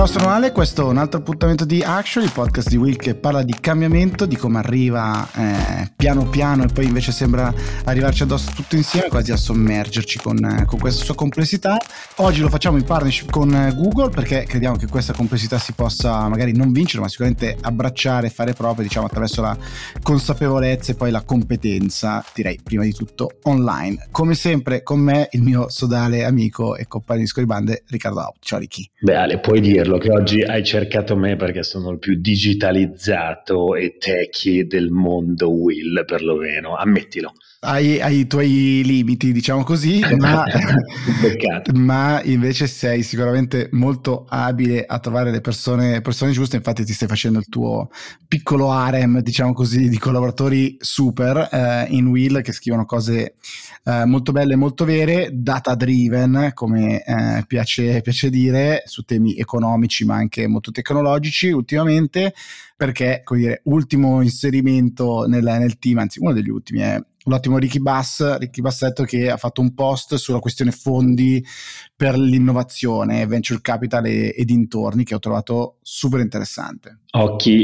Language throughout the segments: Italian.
Ciao, sono Ale, questo è un altro appuntamento di Action, il podcast di Will che parla di cambiamento, di come arriva piano piano e poi invece sembra arrivarci addosso tutto insieme, quasi a sommergerci con questa sua complessità. Oggi lo facciamo in partnership con Google perché crediamo che questa complessità si possa magari non vincere, ma sicuramente abbracciare e fare proprio, diciamo, attraverso la consapevolezza e poi la competenza, direi prima di tutto online. Come sempre con me il mio sodale amico e compagno di scorribande Riccardo Auti. Ciao Ricky. Beh Ale, puoi dirlo che oggi hai cercato me perché sono il più digitalizzato e techie del mondo Will, perlomeno, ammettilo. Hai i tuoi limiti, diciamo così, ma invece sei sicuramente molto abile a trovare le persone giuste. Infatti ti stai facendo il tuo piccolo harem, diciamo così, di collaboratori super in Will che scrivono cose molto belle, molto vere, data driven, come piace dire, su temi economici ma anche molto tecnologici ultimamente, perché, come dire, ultimo inserimento nel team, anzi uno degli ultimi è l'ottimo Ricky Bassetto, che ha fatto un post sulla questione fondi per l'innovazione, venture capital e dintorni, che ho trovato super interessante. Occhi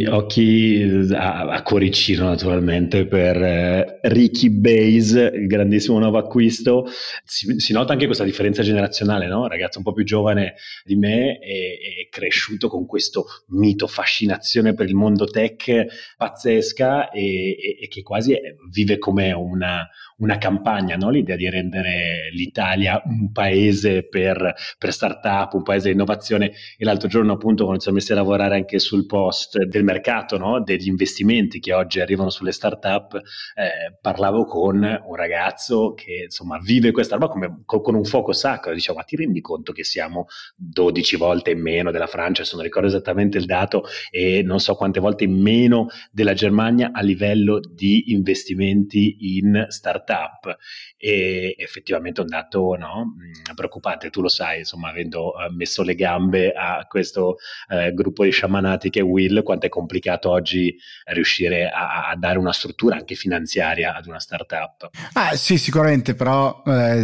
a cuoricino naturalmente per Ricky Base, il grandissimo nuovo acquisto. Si nota anche questa differenza generazionale, no? Ragazzo un po' più giovane di me è cresciuto con questo mito, fascinazione per il mondo tech pazzesca e che quasi vive come una campagna, no? L'idea di rendere l'Italia un paese per startup, un paese di innovazione. E l'altro giorno appunto quando ci siamo messi a lavorare anche sul post del mercato, no? Degli investimenti che oggi arrivano sulle startup, parlavo con un ragazzo che insomma vive questa roba con un fuoco sacro. Dicevo, ma ti rendi conto che siamo 12 volte in meno della Francia, se non ricordo esattamente il dato, e non so quante volte in meno della Germania a livello di investimenti in startup? E effettivamente è un dato, no, preoccupante. Tu lo sai, insomma, avendo messo le gambe a questo gruppo di sciamanati che è Will, quanto è complicato oggi riuscire a dare una struttura anche finanziaria ad una startup. Sì, sicuramente, però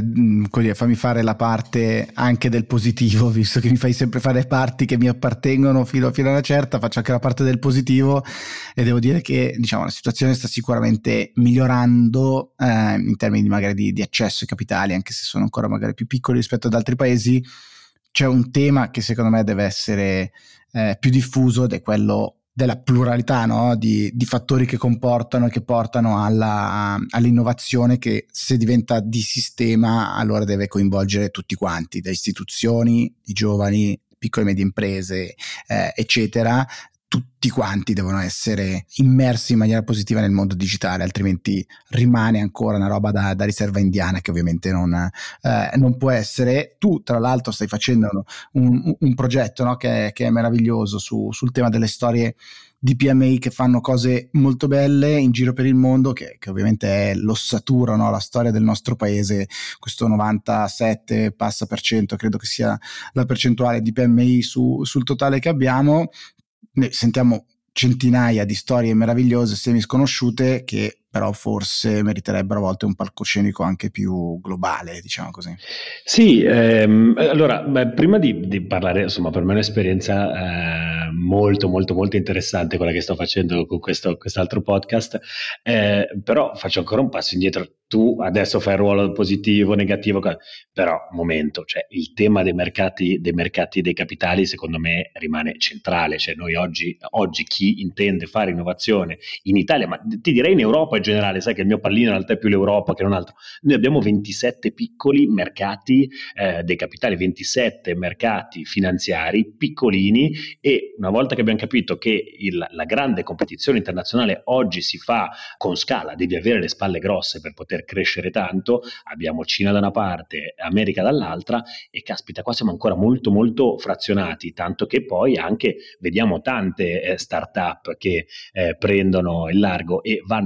fammi fare la parte anche del positivo, visto che mi fai sempre fare parti che mi appartengono fino a una certa, faccio anche la parte del positivo e devo dire che, diciamo, la situazione sta sicuramente migliorando in termini magari di accesso ai capitali, anche se sono ancora magari più piccoli rispetto ad altri paesi. C'è un tema che secondo me deve essere più diffuso ed è quello della pluralità, no? di fattori che comportano e che portano all'innovazione, che se diventa di sistema allora deve coinvolgere tutti quanti, da istituzioni, i giovani, piccole e medie imprese, eccetera. Tutti quanti devono essere immersi in maniera positiva nel mondo digitale, altrimenti rimane ancora una roba da riserva indiana, che ovviamente non può essere. Tu tra l'altro stai facendo un progetto, no, che è meraviglioso sul tema delle storie di PMI che fanno cose molto belle in giro per il mondo, che ovviamente è l'ossatura, no? La storia del nostro paese, questo 97 passa per cento, credo che sia la percentuale di PMI sul totale che abbiamo. Ne sentiamo centinaia di storie meravigliose, semi sconosciute, che però forse meriterebbero a volte un palcoscenico anche più globale, diciamo così. Sì, allora, prima di parlare, insomma, per me è un'esperienza molto, molto, molto interessante quella che sto facendo con quest'altro podcast, però faccio ancora un passo indietro. Tu adesso fai il ruolo positivo, negativo, però momento, cioè il tema dei mercati dei capitali secondo me rimane centrale. Cioè noi oggi chi intende fare innovazione in Italia, ma ti direi in Europa in generale, sai che il mio pallino in realtà è più l'Europa che non altro. Noi abbiamo 27 piccoli mercati dei capitali, 27 mercati finanziari piccolini, e una volta che abbiamo capito che la grande competizione internazionale oggi si fa con scala, devi avere le spalle grosse per poter crescere tanto, abbiamo Cina da una parte, America dall'altra, e caspita, qua siamo ancora molto molto frazionati, tanto che poi anche vediamo tante start-up che prendono il largo e vanno in realtà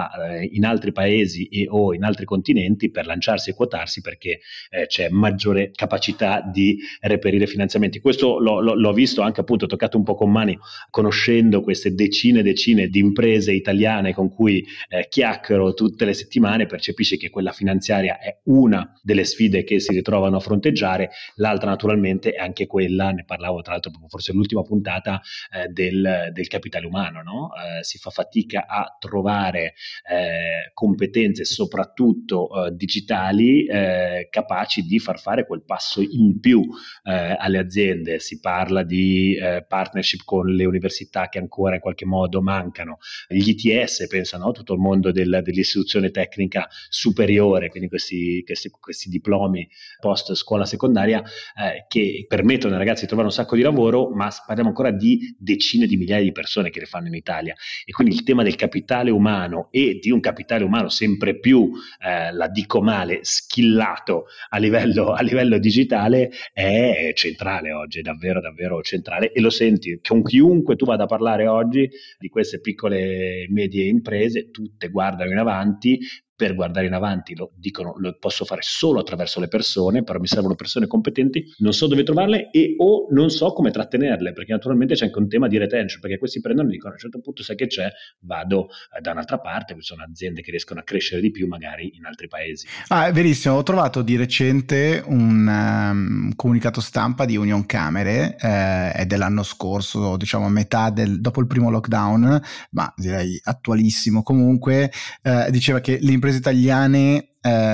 in altri paesi e o in altri continenti per lanciarsi e quotarsi, perché c'è maggiore capacità di reperire finanziamenti. Questo l'ho visto anche, appunto, toccato un po' con mani, conoscendo queste decine e decine di imprese italiane con cui chiacchiero tutte le settimane. Percepisce che quella finanziaria è una delle sfide che si ritrovano a fronteggiare. L'altra naturalmente è anche quella, ne parlavo tra l'altro forse l'ultima puntata, del capitale umano, no? Si fa fatica a trovare competenze soprattutto digitali capaci di far fare quel passo in più alle aziende. Si parla di partnership con le università che ancora in qualche modo mancano, gli ITS, pensano, tutto il mondo dell'istruzione tecnica superiore, quindi questi diplomi post scuola secondaria che permettono ai ragazzi di trovare un sacco di lavoro, ma parliamo ancora di decine di migliaia di persone che le fanno in Italia. E quindi il tema del capitale umano e di un capitale umano sempre più, la dico male, schillato a livello digitale è centrale oggi, è davvero davvero centrale, e lo senti con chiunque tu vada a parlare oggi di queste piccole e medie imprese, tutte guardano in avanti. Per guardare in avanti lo dicono, lo posso fare solo attraverso le persone, però mi servono persone competenti, non so dove trovarle e o non so come trattenerle, perché naturalmente c'è anche un tema di retention, perché questi prendono e dicono a un certo punto sai che c'è, vado da un'altra parte, ci sono aziende che riescono a crescere di più magari in altri paesi. Ah, è verissimo, ho trovato di recente un comunicato stampa di Union Camere, è dell'anno scorso, diciamo a metà dopo il primo lockdown, ma direi attualissimo comunque. Diceva che le imprese italiane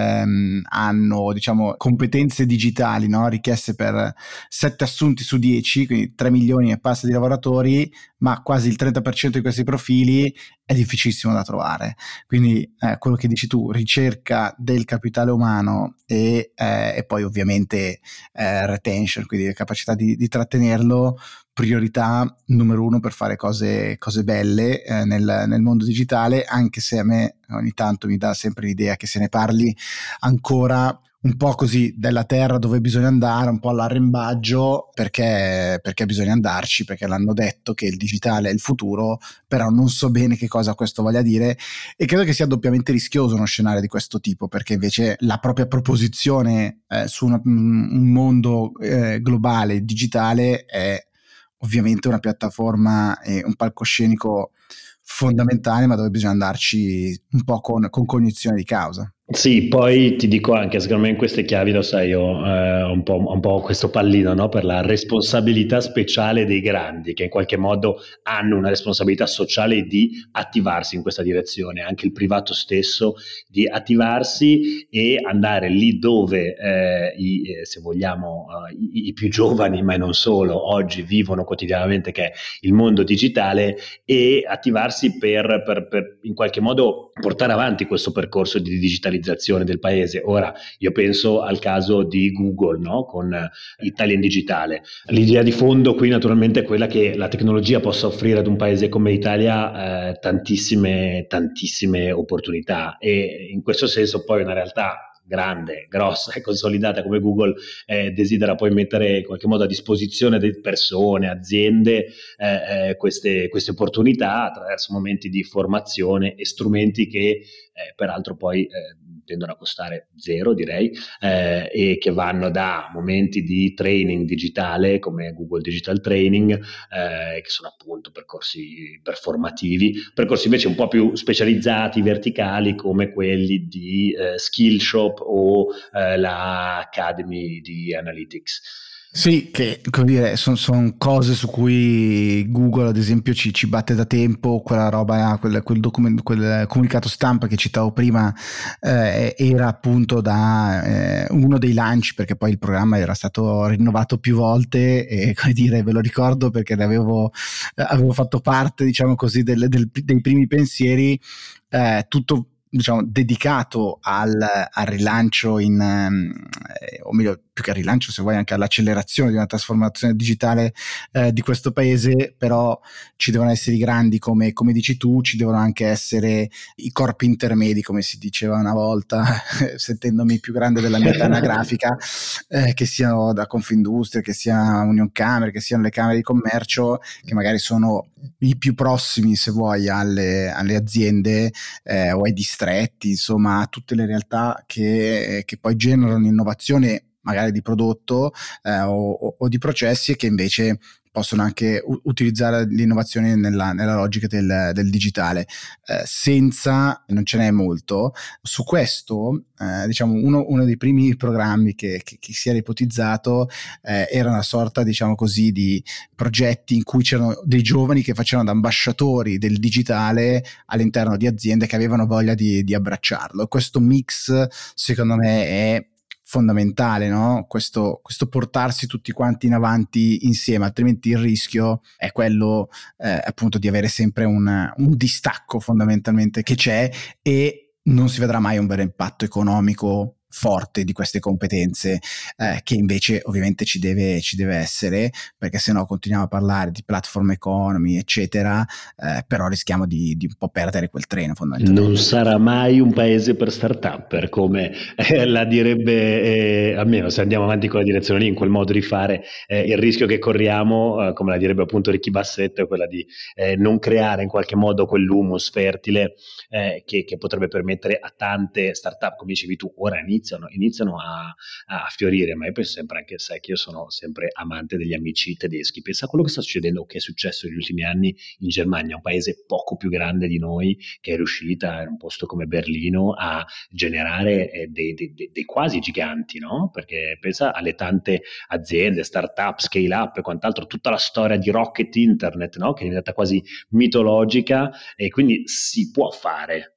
hanno, diciamo, competenze digitali, no? Richieste per 7 assunti su 10, quindi 3 milioni e passa di lavoratori, ma quasi il 30% di questi profili è difficilissimo da trovare. Quindi quello che dici tu, ricerca del capitale umano e poi ovviamente retention, quindi la capacità di trattenerlo, priorità numero uno per fare cose belle nel mondo digitale, anche se a me ogni tanto mi dà sempre l'idea che se ne parli ancora un po' così della terra dove bisogna andare, un po' all'arrembaggio, perché bisogna andarci, perché l'hanno detto che il digitale è il futuro, però non so bene che cosa questo voglia dire, e credo che sia doppiamente rischioso uno scenario di questo tipo, perché invece la propria proposizione su un mondo globale digitale è ovviamente una piattaforma e un palcoscenico fondamentale, ma dove bisogna andarci un po' con cognizione di causa. Sì, poi ti dico anche, secondo me in queste chiavi, lo sai, io ho un po' questo pallino, no? Per la responsabilità speciale dei grandi, che in qualche modo hanno una responsabilità sociale di attivarsi in questa direzione, anche il privato stesso di attivarsi e andare lì dove se vogliamo i più giovani, ma non solo, oggi vivono quotidianamente, che è il mondo digitale, e attivarsi per in qualche modo portare avanti questo percorso di digitalizzazione del paese. Ora io penso al caso di Google, no? Con Italia in digitale. L'idea di fondo qui naturalmente è quella che la tecnologia possa offrire ad un paese come l'Italia tantissime opportunità, e in questo senso poi una realtà grande, grossa e consolidata come Google desidera poi mettere in qualche modo a disposizione di persone, aziende, queste opportunità attraverso momenti di formazione e strumenti che peraltro poi tendono a costare zero, direi, e che vanno da momenti di training digitale come Google Digital Training, che sono appunto percorsi performativi, percorsi invece un po' più specializzati, verticali, come quelli di Skillshop o la Academy di Analytics. Sì, che come dire, sono cose su cui Google ad esempio ci batte da tempo. Quella roba, quel comunicato stampa che citavo prima era appunto da uno dei lanci, perché poi il programma era stato rinnovato più volte, e come dire, ve lo ricordo perché ne avevo fatto parte, diciamo così, dei primi pensieri, tutto, diciamo, dedicato al rilancio o meglio più che al rilancio, se vuoi anche all'accelerazione di una trasformazione digitale di questo paese, però ci devono essere i grandi come dici tu, ci devono anche essere i corpi intermedi, come si diceva una volta, sentendomi più grande della mia età anagrafica, che siano da Confindustria, che sia Union Camere, che siano le camere di commercio, che magari sono i più prossimi, se vuoi, alle aziende o ai distretti, insomma, a tutte le realtà che poi generano innovazione magari di prodotto o di processi, e che invece possono anche utilizzare l'innovazione nella logica del digitale. Senza, non ce n'è molto su questo. Diciamo uno dei primi programmi che si era ipotizzato era una sorta, diciamo così, di progetti in cui c'erano dei giovani che facevano da ambasciatori del digitale all'interno di aziende che avevano voglia di abbracciarlo. Questo mix secondo me è fondamentale, no? Questo portarsi tutti quanti in avanti insieme, altrimenti il rischio è quello appunto di avere sempre un distacco fondamentalmente che c'è, e non si vedrà mai un vero impatto economico forte di queste competenze, che invece ovviamente ci deve essere, perché sennò continuiamo a parlare di platform economy eccetera, però rischiamo di un po' perdere quel treno fondamentalmente. Non sarà mai un paese per start-upper, come la direbbe, almeno se andiamo avanti con la direzione lì, in quel modo di fare, il rischio che corriamo, come la direbbe appunto Ricky Bassetto, è quella di non creare in qualche modo quell'humus fertile che potrebbe permettere a tante start-up, come dicevi tu, ora iniziano a fiorire. Ma io penso sempre, anche sai che io sono sempre amante degli amici tedeschi, pensa a quello che sta succedendo, che è successo negli ultimi anni in Germania, un paese poco più grande di noi, che è riuscita in un posto come Berlino a generare dei quasi giganti, no? Perché pensa alle tante aziende, start-up, scale-up e quant'altro, tutta la storia di Rocket Internet, no? Che è diventata quasi mitologica, e quindi si può fare.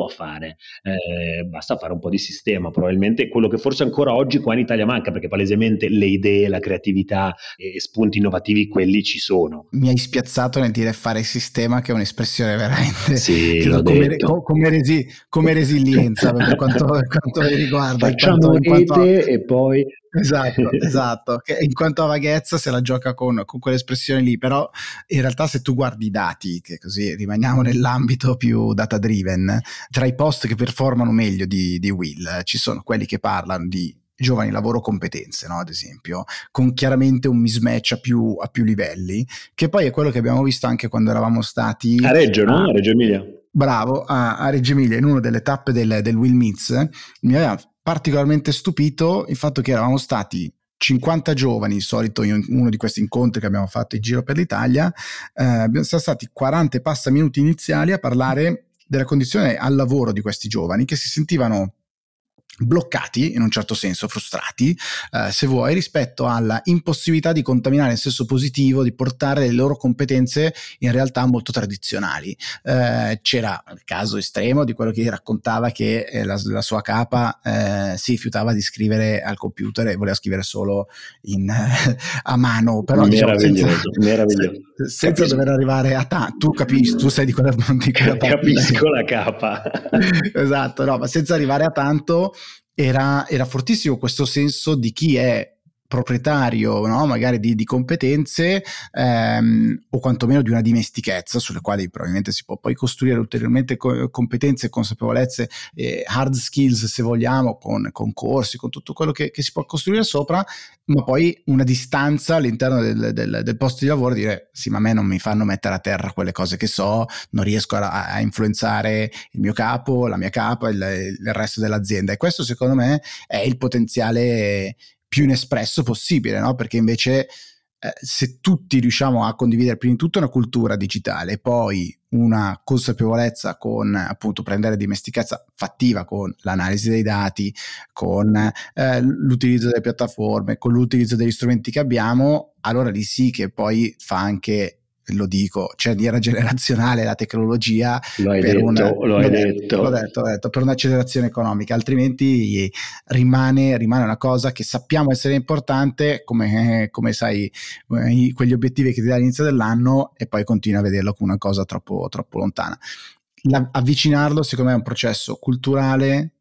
Basta fare un po' di sistema. Probabilmente quello che forse ancora oggi qua in Italia manca, perché palesemente le idee, la creatività e spunti innovativi, quelli ci sono. Mi hai spiazzato nel dire fare sistema, che è un'espressione veramente Sì, credo l'ho detto. come resilienza per quanto mi riguarda, Facciamo in quanto rete e poi esatto, che in quanto a vaghezza se la gioca con quell'espressione lì, però in realtà se tu guardi i dati, che così rimaniamo nell'ambito più data driven, tra i post che performano meglio di Will ci sono quelli che parlano di giovani lavoro competenze, no? Ad esempio, con chiaramente un mismatch a più livelli, che poi è quello che abbiamo visto anche quando eravamo stati a Reggio, no? A Reggio Emilia. Bravo, a Reggio Emilia, in una delle tappe del Will Meets. Mi aveva particolarmente stupito il fatto che eravamo stati 50 giovani, il solito in uno di questi incontri che abbiamo fatto in giro per l'Italia, siamo stati 40 e passa minuti iniziali a parlare della condizione al lavoro di questi giovani, che si sentivano bloccati, in un certo senso frustrati, se vuoi, rispetto alla impossibilità di contaminare in senso positivo, di portare le loro competenze in realtà molto tradizionali. C'era il caso estremo di quello che raccontava che la sua capa si rifiutava di scrivere al computer e voleva scrivere solo a mano, però meraviglioso, diciamo, meraviglioso. senza dover arrivare a tu capisci, tu sei di quella parte. Capisco la capa. Esatto, no, ma senza arrivare a tanto. Era fortissimo questo senso di chi è proprietario, no? Magari di competenze, o quantomeno di una dimestichezza sulle quali probabilmente si può poi costruire ulteriormente competenze, consapevolezze, hard skills se vogliamo, con corsi, con tutto quello che si può costruire sopra, ma poi una distanza all'interno del posto di lavoro, dire sì, ma a me non mi fanno mettere a terra quelle cose che so, non riesco a influenzare il mio capo, la mia capa, il resto dell'azienda, e questo secondo me è il potenziale più inespresso possibile, no? Perché invece se tutti riusciamo a condividere prima di tutto una cultura digitale, poi una consapevolezza con appunto prendere dimestichezza fattiva con l'analisi dei dati, con l'utilizzo delle piattaforme, con l'utilizzo degli strumenti che abbiamo, allora lì sì che poi fa anche, lo dico, cerniera generazionale la tecnologia. Lo hai detto. L'ho detto, per un'accelerazione economica, altrimenti rimane una cosa che sappiamo essere importante, come sai, quegli obiettivi che ti dà all'inizio dell'anno, e poi continui a vederlo come una cosa troppo lontana. Avvicinarlo secondo me è un processo culturale,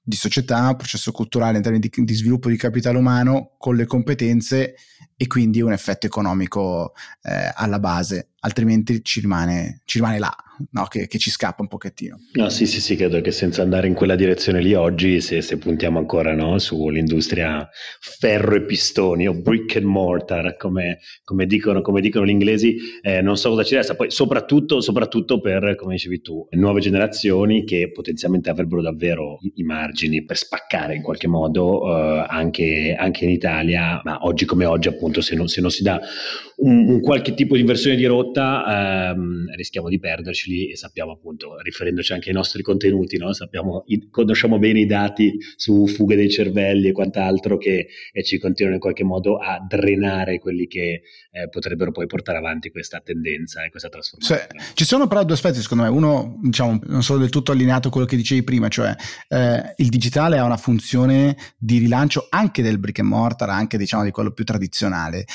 di società, un processo culturale in termini di sviluppo di capitale umano con le competenze e quindi un effetto economico alla base, altrimenti ci rimane là, no? Che ci scappa un pochettino. No, sì, credo che senza andare in quella direzione lì oggi, se puntiamo ancora, no, sull'industria ferro e pistoni o brick and mortar, come dicono gli inglesi, non so cosa ci resta. Poi soprattutto per, come dicevi tu, nuove generazioni che potenzialmente avrebbero davvero i margini per spaccare in qualche modo anche in Italia, ma oggi come oggi appunto se non si dà un qualche tipo di inversione di rotta rischiamo di perderci e sappiamo appunto, riferendoci anche ai nostri contenuti, no? Conosciamo bene i dati su fughe dei cervelli e quant'altro che ci continuano in qualche modo a drenare quelli che potrebbero poi portare avanti questa tendenza e questa trasformazione. Ci sono però due aspetti secondo me, uno diciamo non sono del tutto allineato a quello che dicevi prima, cioè il digitale ha una funzione di rilancio anche del brick and mortar, anche diciamo di quello più tradizionale,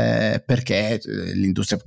perché l'industria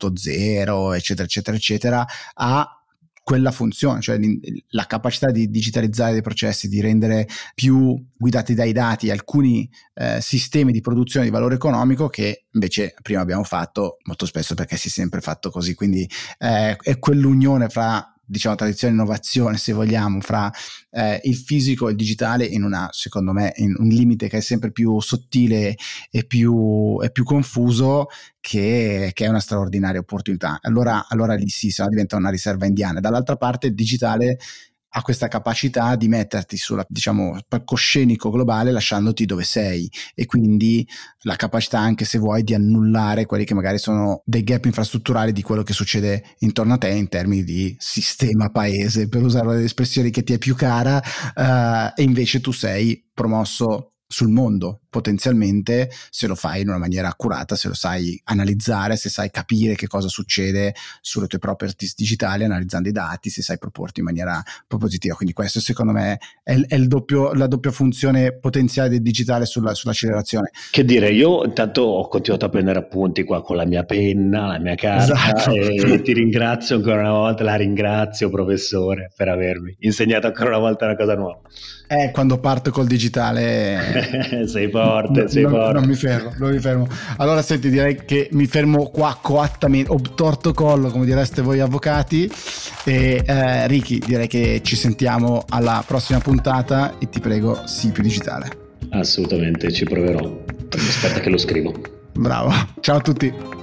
4.0 eccetera ha quella funzione, cioè la capacità di digitalizzare dei processi, di rendere più guidati dai dati alcuni sistemi di produzione di valore economico che invece prima abbiamo fatto molto spesso perché si è sempre fatto così, quindi è quell'unione fra diciamo tradizione e innovazione, se vogliamo, fra il fisico e il digitale secondo me in un limite che è sempre più sottile e più confuso, che è una straordinaria opportunità. Allora lì sì, se no diventa una riserva indiana. Dall'altra parte il digitale ha questa capacità di metterti sulla diciamo palcoscenico globale lasciandoti dove sei, e quindi la capacità anche se vuoi di annullare quelli che magari sono dei gap infrastrutturali di quello che succede intorno a te in termini di sistema paese, per usare l'espressione che ti è più cara, e invece tu sei promosso sul mondo potenzialmente se lo fai in una maniera accurata, se lo sai analizzare, se sai capire che cosa succede sulle tue properties digitali analizzando i dati, se sai proporti in maniera propositiva. Quindi questo secondo me è la doppia funzione potenziale del digitale sull'accelerazione. Che dire, io intanto ho continuato a prendere appunti qua con la mia penna, la mia carta, esatto. E ti ringrazio ancora una volta, la ringrazio professore per avermi insegnato ancora una volta una cosa nuova. Quando parto col digitale sei forte. Non mi fermo. Allora senti, direi che mi fermo qua coattamente, obtorto collo come direste voi avvocati, e Ricky, direi che ci sentiamo alla prossima puntata e ti prego sii più digitale. Assolutamente, ci proverò. Aspetta che lo scrivo. Bravo, ciao a tutti.